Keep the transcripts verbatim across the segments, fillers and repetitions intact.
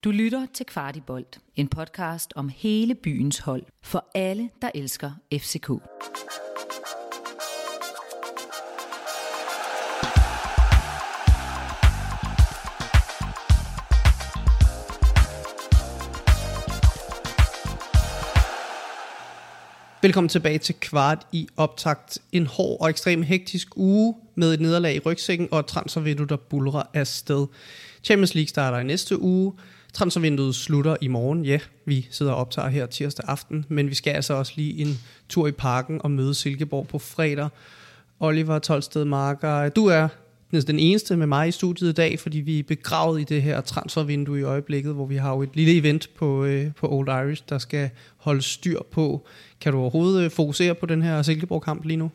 Du lytter til Kvartibolt, en podcast om hele byens hold, for alle, der elsker F C K. Velkommen tilbage til Kvart i optakt. En hård og ekstremt hektisk uge med et nederlag i rygsækken og et transfervindue, der buldrer afsted. Champions League starter i næste uge. Transfervinduet slutter i morgen. Ja, vi sidder og optager her tirsdag aften, men vi skal altså også lige en tur i parken og møde Silkeborg på fredag. Oliver Tolsted Marker, du er den eneste med mig i studiet i dag, fordi vi er begravet i det her transfervindue i øjeblikket, hvor vi har jo et lille event på, øh, på Old Irish, der skal holde styr på. Kan du overhovedet fokusere på den her Silkeborg-kamp lige nu?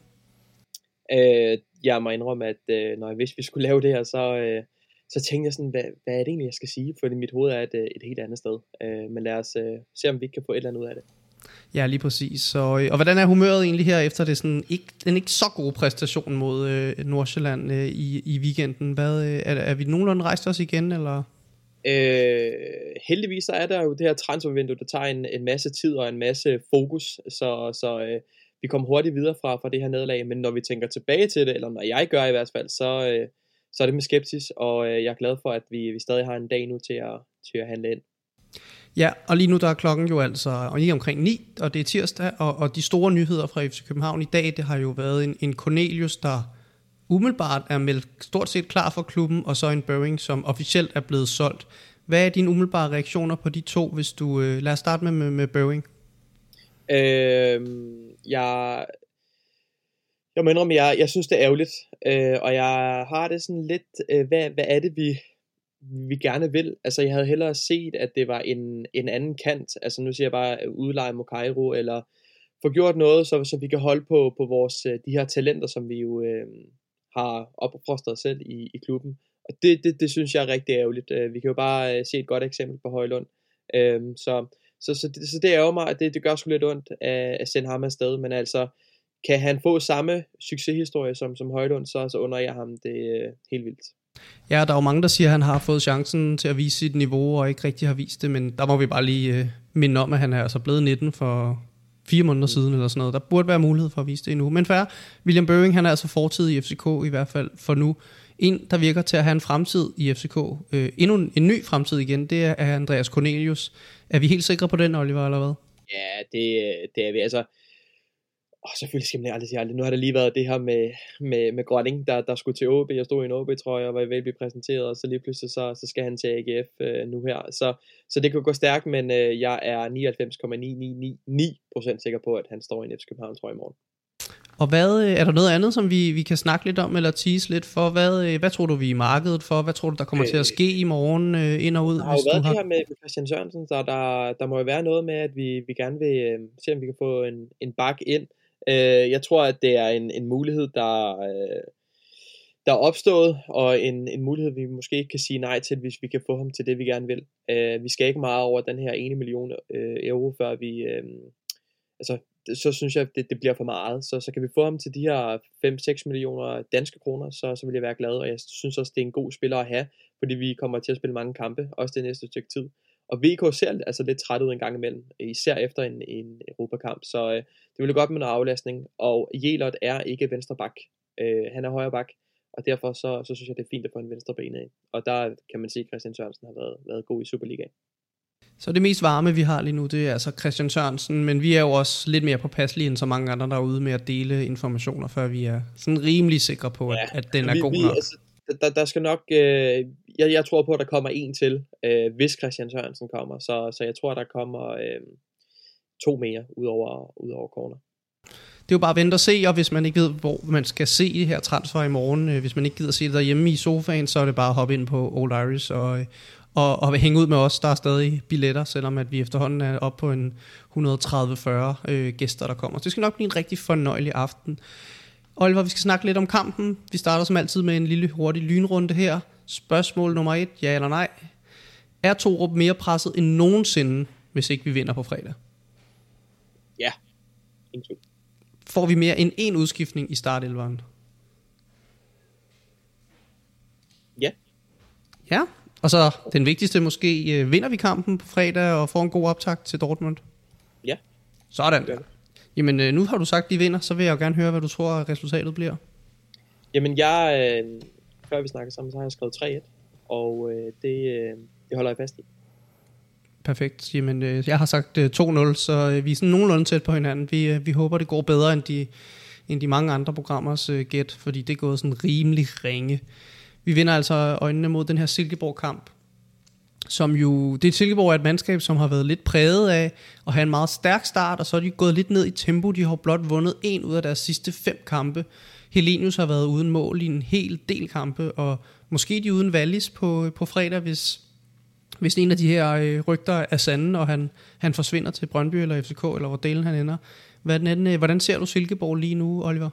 Øh, jeg må indrømme, at øh, når jeg vidste, vi skulle lave det her, så, øh, så tænkte jeg sådan, hvad, hvad er det egentlig, jeg skal sige? Fordi mit hoved er et, et helt andet sted. Øh, men lad os øh, se, om vi ikke kan få et eller andet ud af det. Ja, lige præcis. Så, og hvordan er humøret egentlig her, efter det sådan ikke, den ikke så gode præstation mod øh, Nordsjælland øh, i, i weekenden? Hvad, øh, er, er vi nogenlunde rejst os igen, eller? Øh, heldigvis så er der jo det her transfervindue, der tager en, en masse tid og en masse fokus, så, så øh, vi kommer hurtigt videre fra, fra det her nederlag. Men når vi tænker tilbage til det, eller når jeg gør i hvert fald, så, øh, så er det med skepsis, og øh, jeg er glad for, at vi, vi stadig har en dag nu til at, til at handle ind. Ja, og lige nu der er klokken jo altså lige omkring ni, og det er tirsdag, og, og de store nyheder fra F C København i dag, det har jo været en, en Cornelius, der umiddelbart er meldt stort set klar for klubben, og så en Børing, som officielt er blevet solgt. Hvad er dine umiddelbare reaktioner på de to, hvis du... Øh, lad os starte med, med, med Børing. Øh, jeg... Jeg må indrømme, jeg, jeg synes det er ærgerligt, øh, og jeg har det sådan lidt, øh, hvad, hvad er det vi... vi gerne vil. Altså jeg havde hellere set, at det var en, en anden kant, altså nu siger jeg bare udleje Mokairo, eller få gjort noget, så, så vi kan holde på, på vores, de her talenter, som vi jo øh, har opfostret selv i, i klubben. Og det, det, det synes jeg er rigtig ærgerligt. Vi kan jo bare se et godt eksempel på Højlund. Øh, så, så, så, det, så det ærger mig, at det, det gør sgu lidt ondt at, at sende ham afsted, men altså kan han få samme succeshistorie som, som Højlund, så, så under jeg ham det er helt vildt. Ja, der er jo mange, der siger, at han har fået chancen til at vise sit niveau, og ikke rigtig har vist det, men der må vi bare lige øh, minde om, at han er altså blevet nitten for fire måneder mm. siden, eller sådan noget. Der burde være mulighed for at vise det endnu. Men fair, William Børing, han er altså fortid i F C K, i hvert fald for nu. En, der virker til at have en fremtid i F C K, øh, endnu en, en ny fremtid igen, det er Andreas Cornelius. Er vi helt sikre på den, Oliver, eller hvad? Ja, det, det er vi altså. Og selvfølgelig skal man aldrig sige aldrig. Nu har der lige været det her med, med, med Grønning, der, der skulle til O B. Jeg stod i en O B-trøje og var ved at blive præsenteret, og så lige pludselig så, så skal han til A G F øh, nu her. Så, så det kan gå stærkt, men øh, jeg er nioghalvfems komma ni ni ni ni procent sikker på, at han står i en F C København trøje i morgen. Og hvad, er der noget andet, som vi, vi kan snakke lidt om, eller tease lidt for? Hvad, hvad tror du, vi er i markedet for? Hvad tror du, der kommer øh, til at ske i morgen øh, ind og ud? Der har jo været har... det her med Christian Sørensen, så der, der må jo være noget med, at vi, vi gerne vil øh, se, om vi kan få en, en bak ind. Uh, jeg tror, at det er en, en mulighed, der, uh, der er opstået, og en, en mulighed, vi måske ikke kan sige nej til, hvis vi kan få ham til det, vi gerne vil. Uh, vi skal ikke meget over den her ene million uh, euro, før vi... Uh, altså, det, så synes jeg, at det, det bliver for meget. Så, så kan vi få ham til de her fem til seks millioner danske kroner, så, så vil jeg være glad. Og jeg synes også, det er en god spiller at have, fordi vi kommer til at spille mange kampe, også det næste stykke tid. Og V K ser altså lidt træt ud en gang imellem, især efter en, en Europakamp, så øh, det ville godt med noget aflastning, og Jelert er ikke venstre bak, øh, han er højre bak, og derfor så, så synes jeg det er fint at få en venstre ben ind, og der kan man sige, at Christian Sørensen har været, været god i Superligaen. Så det mest varme vi har lige nu, det er altså Christian Sørensen, men vi er jo også lidt mere påpasselige end så mange andre derude med at dele informationer, før vi er sådan rimelig sikre på, ja, at, at den er vi, god vi, nok. Altså, Der, der skal nok, øh, jeg, jeg tror på, at der kommer en til, øh, hvis Christian Sørensen kommer, så, så jeg tror, der kommer øh, to mere ud over, ud over corner. Det er jo bare at vente og se, og hvis man ikke ved, hvor man skal se det her transfer i morgen, øh, hvis man ikke gider se det derhjemme i sofaen, så er det bare at hoppe ind på Old Irish og, og, og hænge ud med os. Der er stadig billetter, selvom at vi efterhånden er oppe på en et hundrede og tredive til fyrre øh, gæster, der kommer. Så det skal nok blive en rigtig fornøjelig aften. Oliver, vi skal snakke lidt om kampen. Vi starter som altid med en lille hurtig lynrunde her. Spørgsmål nummer et, ja eller nej. Er Torup mere presset end nogensinde, hvis ikke vi vinder på fredag? Ja. Ingen. Får vi mere end en udskiftning i startelveren? Ja. Ja. Og så den vigtigste måske, øh, vinder vi kampen på fredag og får en god optakt til Dortmund? Ja. Sådan. Jamen øh, nu har du sagt, at de vinder, så vil jeg jo gerne høre, hvad du tror, resultatet bliver. Jamen jeg, øh, før vi snakker sammen, så har jeg skrevet tre et, og øh, det, øh, det holder jeg fast i. Perfekt. Jamen øh, jeg har sagt øh, to nul, så øh, vi er sådan nogenlunde tæt på hinanden. Vi, øh, vi håber, det går bedre end de, end de mange andre programmers øh, gæt, fordi det er gået sådan rimelig ringe. Vi vinder altså øjnene mod den her Silkeborg-kamp, som jo, det er Silkeborg er et mandskab, som har været lidt præget af at have en meget stærk start, og så er de gået lidt ned i tempo. De har blot vundet en ud af deres sidste fem kampe. Helenius har været uden mål i en hel del kampe, og måske de uden Wallis på, på fredag, hvis, hvis en af de her øh, rygter er sande, og han, han forsvinder til Brøndby eller F C K, eller hvor delen han ender. Hvordan, øh, hvordan ser du Silkeborg lige nu, Oliver?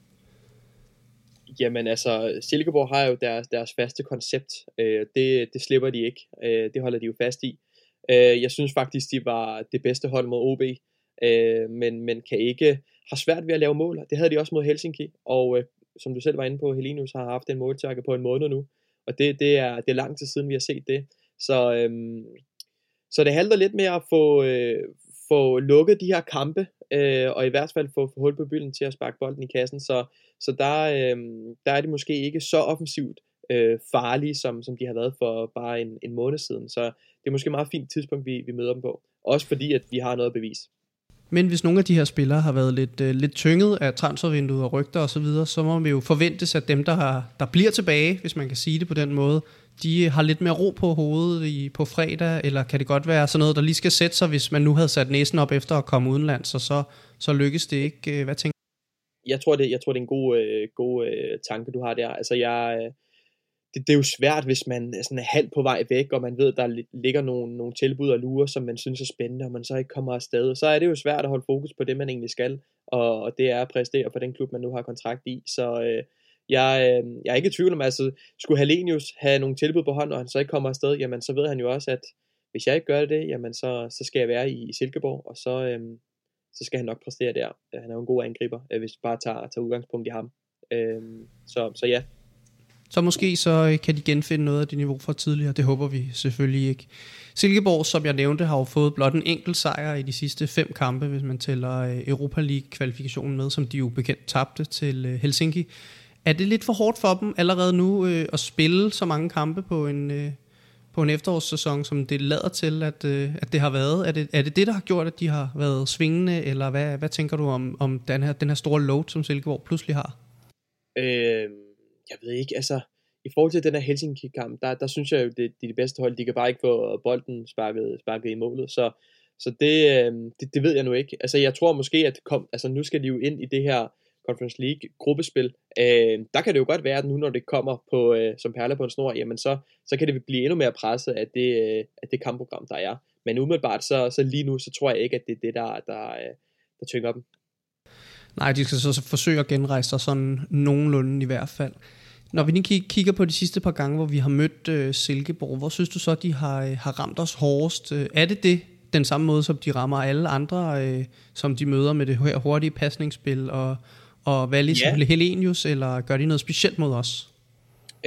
Jamen altså, Silkeborg har jo deres, deres faste koncept. Øh, det, det slipper de ikke. Øh, det holder de jo fast i. Øh, jeg synes faktisk, de var det bedste hold mod O B, øh, men, men kan ikke har svært ved at lave mål. Det havde de også mod Helsinki, og øh, som du selv var inde på, Helenius har haft en måltærke på en måned nu, og det, det, er, det er lang tid siden, vi har set det. Så, øhm, så det halter lidt med at få, øh, få lukket de her kampe, øh, og i hvert fald få, få hul på bylden til at sparke bolden i kassen, så, så der, øh, der er de måske ikke så offensivt øh, farlige, som, som de har været for bare en, en måned siden. Så det er måske et meget fint tidspunkt, vi, vi møder dem på. Også fordi, at vi har noget at bevise. Men hvis nogle af de her spillere har været lidt, øh, lidt tynget af transfervinduet og rygter og så videre, så må vi jo forventes, at dem, der, har, der bliver tilbage, hvis man kan sige det på den måde, de har lidt mere ro på hovedet i, på fredag, eller kan det godt være sådan noget, der lige skal sætte sig, hvis man nu havde sat næsen op efter at komme udenlands, og så, så lykkes det ikke. Hvad tænker du? Jeg tror, det, jeg tror, det er en god, øh, god øh, tanke, du har der. Altså, jeg... Øh, Det, det er jo svært, hvis man er sådan halvt på vej væk, og man ved, der ligger nogle, nogle tilbud og lurer, som man synes er spændende, og man så ikke kommer afsted. Så er det jo svært at holde fokus på det, man egentlig skal, og, og det er at præstere for den klub, man nu har kontrakt i. Så øh, jeg, øh, jeg er ikke i tvivl om, altså skulle Helenius have nogle tilbud på hånden, og han så ikke kommer afsted, jamen så ved han jo også, at hvis jeg ikke gør det, jamen så, så skal jeg være i, i Silkeborg, og så, øh, så skal han nok præstere der. Han er jo en god angriber, hvis vi bare tager, tager udgangspunkt i ham. Øh, så, så ja. Så måske så kan de genfinde noget af det niveau fra tidligere. Det håber vi selvfølgelig ikke. Silkeborg, som jeg nævnte, har jo fået blot en enkelt sejr i de sidste fem kampe, hvis man tæller Europa League-kvalifikationen med, som de jo bekendt tabte til Helsinki. Er det lidt for hårdt for dem allerede nu øh, at spille så mange kampe på en, øh, på en efterårssæson, som det lader til, at, øh, at det har været? Er det, er det det, der har gjort, at de har været svingende, eller hvad, hvad tænker du om, om den, her, den her store load, som Silkeborg pludselig har? Øh... Jeg ved ikke, altså i forhold til den her Helsinki-kamp, der, der synes jeg jo, det, det er de bedste hold. De kan bare ikke få bolden sparket, sparket i målet, så, så det, det, det ved jeg nu ikke. Altså jeg tror måske, at kom, altså, nu skal de jo ind i det her Conference League-gruppespil. Øh, der kan det jo godt være, at nu når det kommer på, øh, som perler på en snor, jamen så, så kan det blive endnu mere presset af det, øh, af det kampprogram, der er. Men umiddelbart, så, så lige nu, så tror jeg ikke, at det er det, der, der, der tynger dem. Nej, de skal så forsøge at genrejse sig sådan nogenlunde i hvert fald. Når vi lige kigger på de sidste par gange, hvor vi har mødt øh, Silkeborg, hvor synes du så, de har, øh, har ramt os hårdest? Er det det, den samme måde, som de rammer alle andre, øh, som de møder med det her hurtige pasningsspil, og, og Wallis yeah. og Helenius, eller gør de noget specielt mod os? Øh,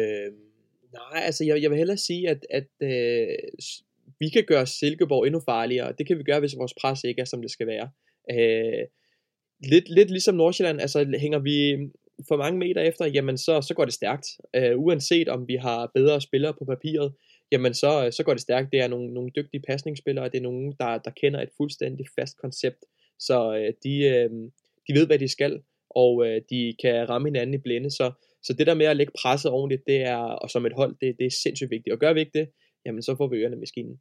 nej, altså jeg, jeg vil hellere sige, at, at øh, vi kan gøre Silkeborg endnu farligere. Det kan vi gøre, hvis vores pres ikke er, som det skal være. Øh, Lidt, lidt ligesom Nordsjælland, altså hænger vi for mange meter efter, jamen så, så går det stærkt. Uh, uanset om vi har bedre spillere på papiret, jamen så, så går det stærkt. Det er nogle, nogle dygtige pasningsspillere, og det er nogen, der, der kender et fuldstændig fast koncept. Så uh, de, uh, de ved, hvad de skal, og uh, de kan ramme hinanden i blinde. Så, så det der med at lægge presset ordentligt, det er, og som et hold, det, det er sindssygt vigtigt. Og gør vi ikke det, jamen så får vi ørerne i maskinen.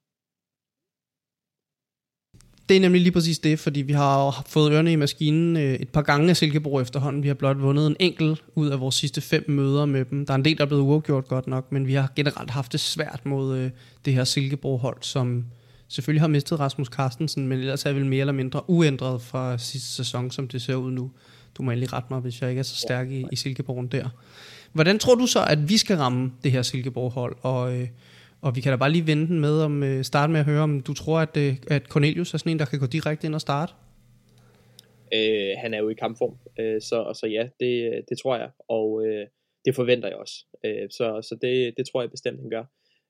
Det er nemlig lige præcis det, fordi vi har fået ørerne i maskinen et par gange af Silkeborg efterhånden. Vi har blot vundet en enkelt ud af vores sidste fem møder med dem. Der er en del, der er blevet uafgjort godt nok, men vi har generelt haft det svært mod det her Silkeborg-hold, som selvfølgelig har mistet Rasmus Carstensen, men ellers er vel mere eller mindre uændret fra sidste sæson, som det ser ud nu. Du må endelig rette mig, hvis jeg ikke er så stærk i, i Silkeborgen der. Hvordan tror du så, at vi skal ramme det her Silkeborg-hold, og... Og vi kan da bare lige vende den med om øh, starte med at høre, om du tror, at, øh, at Cornelius er sådan en, der kan gå direkte ind og starte? Øh, han er jo i kampform, øh, så, så ja, det, det tror jeg, og øh, det forventer jeg også. Øh, så så det, det tror jeg bestemt, han gør.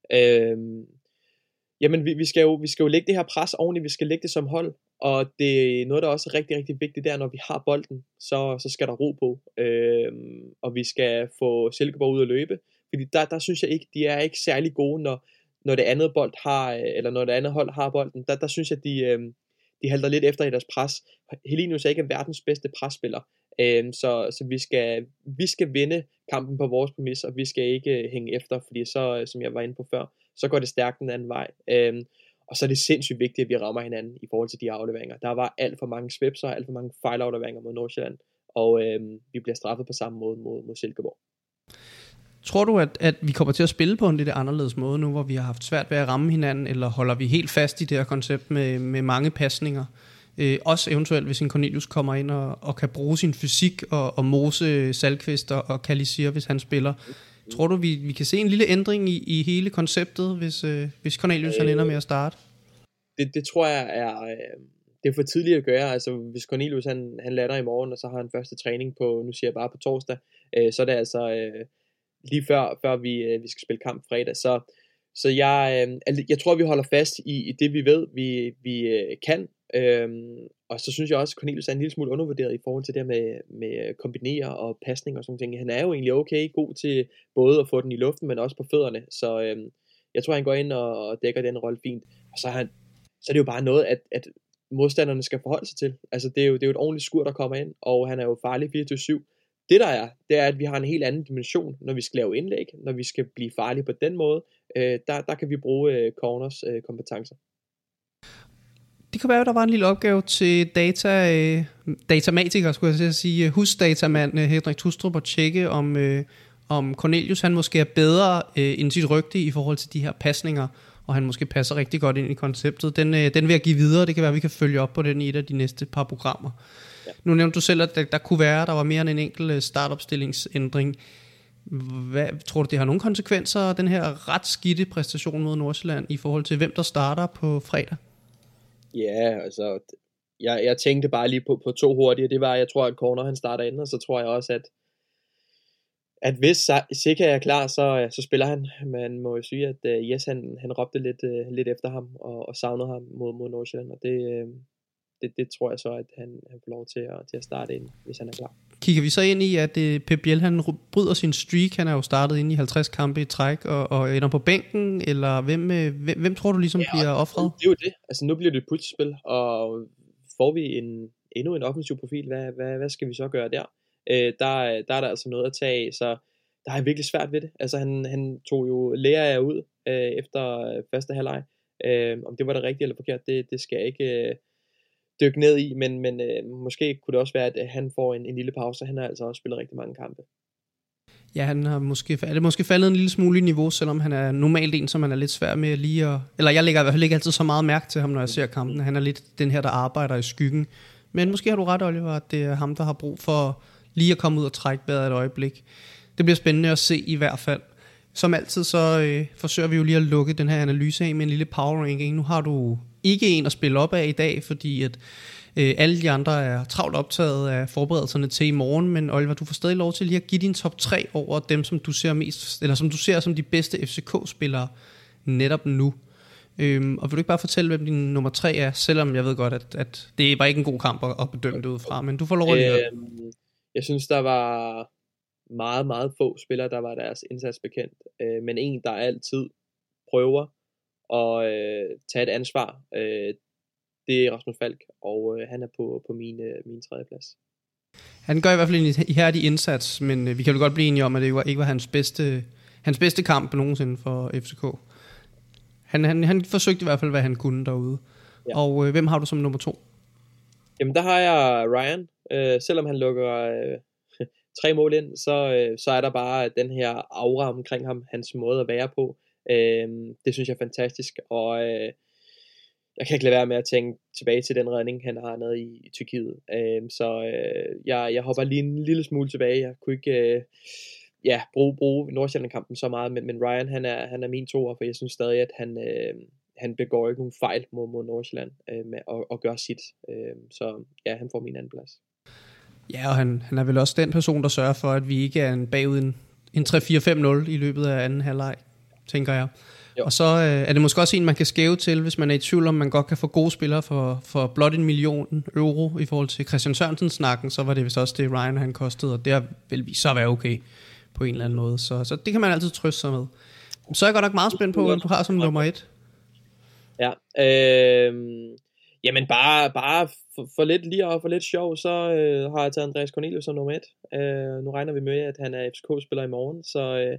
Øh, jamen, vi, vi, skal jo, vi skal jo lægge det her pres ordentligt, vi skal lægge det som hold, og det er noget, der også er rigtig, rigtig vigtigt der, når vi har bolden, så, så skal der ro på, øh, og vi skal få Silkeborg ud at løbe, fordi der, der synes jeg ikke, de er ikke særlig gode, når, når det andet bold har, eller når det andet hold har bolden, der, der synes jeg, de, øh, de halter lidt efter i deres pres. Helenius er ikke verdens bedste presspiller, øh, så, så vi skal, vi skal vinde kampen på vores præmis, og vi skal ikke hænge efter, fordi så, som jeg var inde på før, så går det stærkt den anden vej. Øhm, og så er det sindssygt vigtigt, at vi rammer hinanden i forhold til de afleveringer. Der var alt for mange svipser, alt for mange fejlafleveringer mod Nordsjælland, og øhm, vi bliver straffet på samme måde mod, mod Silkeborg. Tror du, at, at vi kommer til at spille på en lidt anderledes måde nu, hvor vi har haft svært ved at ramme hinanden, eller holder vi helt fast i det her koncept med, med mange pasninger? Øh, også eventuelt, hvis en Cornelius kommer ind og, og kan bruge sin fysik og, og mose Salkvist og, og Kalisir, hvis han spiller. Tror du, vi, vi kan se en lille ændring i, i hele konceptet, hvis, øh, hvis Cornelius øh, han ender med at starte? Det, det tror jeg er, øh, det er for tidligt at gøre. Altså, hvis Cornelius han, han lander i morgen, og så har han første træning på, nu siger jeg bare på torsdag, øh, så er det altså øh, lige før, før vi, øh, vi skal spille kamp fredag. Så, så jeg, øh, jeg tror, vi holder fast i, i det, vi ved, vi, vi øh, kan. Øhm, og så synes jeg også, at Cornelius er en lille smule undervurderet i forhold til det med, med kombinere og pasning og sådan ting. Han er jo egentlig okay god til både at få den i luften, men også på fødderne. Så øhm, jeg tror, han går ind og, og dækker den rolle fint. Og så er, han, så er det jo bare noget, at, at modstanderne skal forholde sig til. Altså det er jo, det er jo et ordentligt skur, der kommer ind, og han er jo farlig fireogtyve syv. Det der er, det er, at vi har en helt anden dimension, når vi skal lave indlæg, når vi skal blive farlige på den måde. Øh, der, der kan vi bruge øh, Corners øh, kompetencer. Det kan være, at der var en lille opgave til data, øh, datamatiker, skulle jeg sige, husdatamand øh, Henrik Tustrup, at tjekke, om, øh, om Cornelius han måske er bedre øh, end sit rygte i forhold til de her pasninger, og han måske passer rigtig godt ind i konceptet. Den, øh, den vil jeg give videre, det kan være, at vi kan følge op på den i et af de næste par programmer. Ja. Nu nævnte du selv, at der, der kunne være, at der var mere end en enkelt startopstillingsændring. Hvad, tror du, det har nogle konsekvenser, den her ret skidte præstation mod Nordsjælland, i forhold til, hvem der starter på fredag? Ja, altså, jeg, jeg tænkte bare lige på, på to hurtige, det var, jeg tror, at Corner han starter ind, og så tror jeg også, at, at hvis Sika er klar, så, så spiller han. Man må jo sige, at uh, Jes, han, han råbte lidt, uh, lidt efter ham, og, og savnede ham mod, mod Nordsjælland, og det, uh, det, det tror jeg så, at han, han får lov til at, til at starte ind, hvis han er klar. Kigger vi så ind i, at uh, Pep Biel, han bryder sin streak, han er jo startet ind i halvtreds kampe i træk, og, og ender på bænken, eller hvem, uh, hvem, hvem tror du ligesom ja, bliver offret? Det er jo det, altså nu bliver det et puslespil, og får vi en, endnu en offensiv profil, hvad, hvad, hvad skal vi så gøre der? Uh, der? Der er der altså noget at tage, så der er virkelig svært ved det. Altså han, han tog jo Lea ud uh, efter første halvleg. Uh, om det var det rigtige eller forkert, det, det skal jeg ikke... Uh, dykke ned i, men, men øh, måske kunne det også være, at han får en, en lille pause. Han har altså også spillet rigtig mange kampe. Ja, han har måske, er det måske faldet en lille smule i niveau, selvom han er normalt en, som han er lidt svær med lige at... Eller jeg lægger i hvert fald ikke altid så meget mærke til ham, når jeg ser kampen. Han er lidt den her, der arbejder i skyggen. Men måske har du ret, Oliver, at det er ham, der har brug for lige at komme ud og trække vejret et øjeblik. Det bliver spændende at se i hvert fald. Som altid, så øh, forsøger vi jo lige at lukke den her analyse af med en lille power ranking. Nu har du ikke en at spille op af i dag, fordi at øh, alle de andre er travlt optaget af forberedelserne til i morgen. Men Oliver, du får stadig lov til lige at give din top tre over dem, som du ser mest, eller som du ser som de bedste F C K-spillere netop nu. Øhm, og vil du ikke bare fortælle, hvem din nummer tre er, selvom jeg ved godt, at, at det var ikke en god kamp at, at bedømme det ud fra, men du får lov at lide. øhm, Jeg synes, der var meget, meget få spillere, der var deres indsats bekendt, øh, men en, der altid prøver at øh, tage et ansvar, øh, det er Rasmus Falk, og øh, han er på, på min, øh, min tredje plads. Han gør i hvert fald en ihærdig indsats, men øh, vi kan jo godt blive enige om, at det ikke var hans bedste, hans bedste kamp nogensinde for F C K. Han, han, han forsøgte i hvert fald, hvad han kunne derude. Ja. Og øh, hvem har du som nummer to? Jamen, der har jeg Ryan. Øh, selvom han lukker øh, tre mål ind, så, øh, så er der bare den her aura omkring ham, hans måde at være på. Øh, det synes jeg er fantastisk, og øh, jeg kan ikke lade være med at tænke tilbage til den redning, han har nede i, i Tyrkiet. Øh, så øh, jeg, jeg hopper lige en lille smule tilbage. Jeg kunne ikke øh, ja, bruge, bruge Nordsjælland-kampen så meget, men, men Ryan, han er, han er min toer, for jeg synes stadig, at han, øh, han begår ikke nogen fejl mod, mod Nordsjælland øh, med at, at gøre sit. Øh, så ja, han får min anden plads. Ja, og han, han er vel også den person, der sørger for, at vi ikke er en bagud en, en tre fire fem nul i løbet af anden halvleg, tænker jeg. Jo. Og så øh, er det måske også en, man kan skæve til, hvis man er i tvivl om, man godt kan få gode spillere for, for blot en million euro i forhold til Christian Sørensen-snakken, så var det vist også det, Ryan han kostede, og det vil vi så være okay på en eller anden måde. Så, så det kan man altid trøste sig med. Så er jeg godt nok meget spændt på, hvem du har som nummer et. Ja, øh, jamen bare, bare for, for lidt lige og for lidt sjov, så øh, har jeg taget Andreas Cornelius som nummer et. Øh, nu regner vi med, at han er F C K-spiller i morgen, så øh,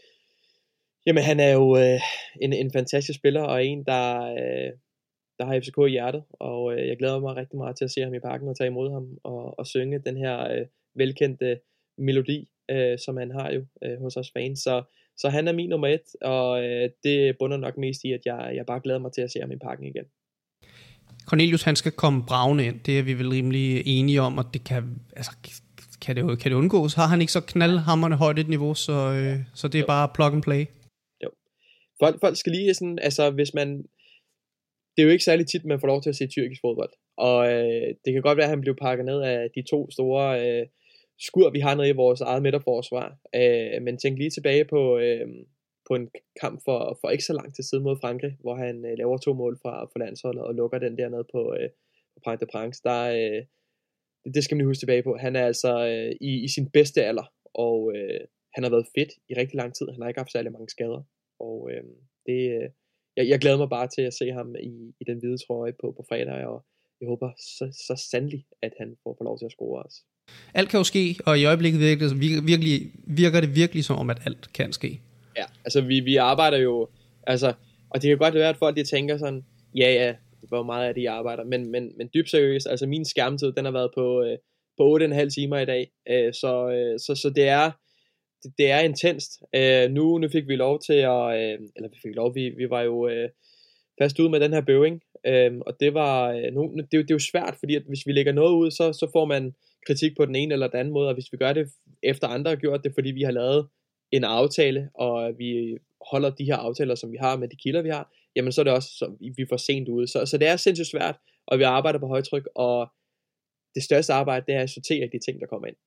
jamen han er jo øh, en, en fantastisk spiller, og en, der, øh, der har F C K i hjertet, og øh, jeg glæder mig rigtig meget til at se ham i parken og tage imod ham og, og synge den her øh, velkendte melodi, øh, som han har jo øh, hos os fans, så Så han er min nummer et, og øh, det bunder nok mest i, at jeg, jeg bare glæder mig til at se ham i parken igen. Cornelius, han skal komme bravende ind. Det er vi vel rimelig enige om, og det kan, altså, kan, det, kan det undgås? Har han ikke så knaldhamrende højt et niveau, så, øh, så det er jo bare plug and play? Jo. Folk, folk skal lige sådan, altså hvis man, det er jo ikke særlig tit, man får lov til at se tyrkisk fodbold, og øh, det kan godt være, at han blev pakket ned af de to store øh, skur, vi har nede i vores eget midterforsvar. Øh, men tænk lige tilbage på, øh, på en kamp for, for ikke så lang tid siden mod Frankrig, hvor han øh, laver to mål fra, fra landsholdet og lukker den dernede på, øh, på Parc des Princes. Der, øh, det, det skal man lige huske tilbage på. Han er altså øh, i, i sin bedste alder, og øh, han har været fedt i rigtig lang tid. Han har ikke haft særlig mange skader, og øh, det, øh, jeg, jeg glæder mig bare til at se ham i, i den hvide trøje på, på fredag, og jeg håber så, så sandelig, at han får, får lov til at score os. Alt kan jo ske, og i øjeblikket virker det virkelig, virker det virkelig som om, at alt kan ske. Ja, altså vi, vi arbejder jo, altså, og det kan godt være, at folk de tænker sådan, ja ja, hvor meget er det, I arbejder, men, men, men dybt seriøst, altså min skærmtid, den har været på, øh, på otte komma fem timer i dag, øh, så, øh, så, så det er, det, det er intenst. Øh, nu, nu fik vi lov til at, øh, eller vi fik lov, vi, vi var jo øh, fast ude med den her bøving, øh, og det var, øh, nu, det, det er jo svært, fordi at hvis vi lægger noget ud, så, så får man kritik på den ene eller den anden måde, og hvis vi gør det efter andre har gjort det, fordi vi har lavet en aftale, og vi holder de her aftaler, som vi har med de kilder, vi har, jamen så er det også, så vi får sent ude. Så, så det er sindssygt svært, og vi arbejder på højtryk, og det største arbejde, det er at sortere de ting, der kommer ind.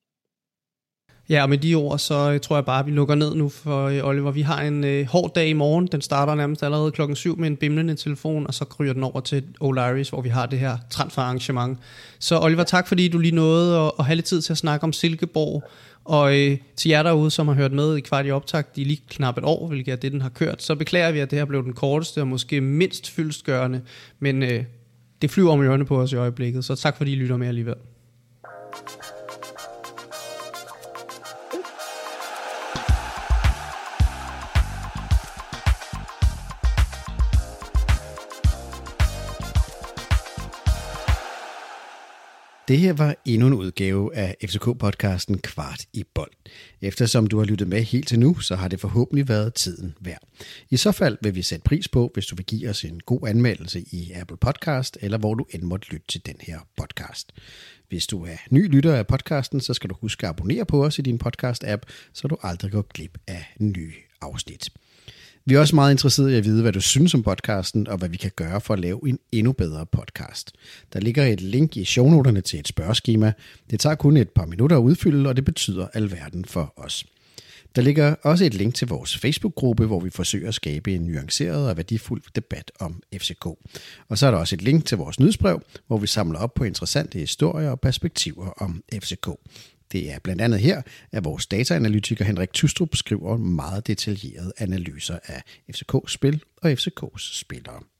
Ja, og med de ord, så tror jeg bare, at vi lukker ned nu for Oliver. Vi har en øh, hård dag i morgen. Den starter nærmest allerede klokken syv med en bimlende telefon, og så kryger den over til O'Larrys, hvor vi har det her transferarrangement. Så Oliver, tak fordi du lige nåede at, at have lidt tid til at snakke om Silkeborg. Og øh, til jer derude, som har hørt med i kvart i optakt i lige knap et år, hvilket er det, den har kørt, så beklager vi, at det her blev den korteste og måske mindst fyldestgørende. Men øh, det flyver om ørerne på os i øjeblikket, så tak fordi I lytter med alligevel. Det her var endnu en udgave af F C K-podcasten Kvart i bold. Eftersom du har lyttet med helt til nu, så har det forhåbentlig været tiden værd. I så fald vil vi sætte pris på, hvis du vil give os en god anmeldelse i Apple Podcast, eller hvor du end måtte lytte til den her podcast. Hvis du er ny lytter af podcasten, så skal du huske at abonnere på os i din podcast-app, så du aldrig går glip af nye afsnit. Vi er også meget interesserede i at vide, hvad du synes om podcasten, og hvad vi kan gøre for at lave en endnu bedre podcast. Der ligger et link i shownoterne til et spørgeskema. Det tager kun et par minutter at udfylde, og det betyder alverden for os. Der ligger også et link til vores Facebook-gruppe, hvor vi forsøger at skabe en nuanceret og værdifuld debat om F C K. Og så er der også et link til vores nyhedsbrev, hvor vi samler op på interessante historier og perspektiver om F C K. Det er blandt andet her, at vores dataanalytiker Henrik Tystrup skriver meget detaljerede analyser af F C K's spil og F C K's spillere.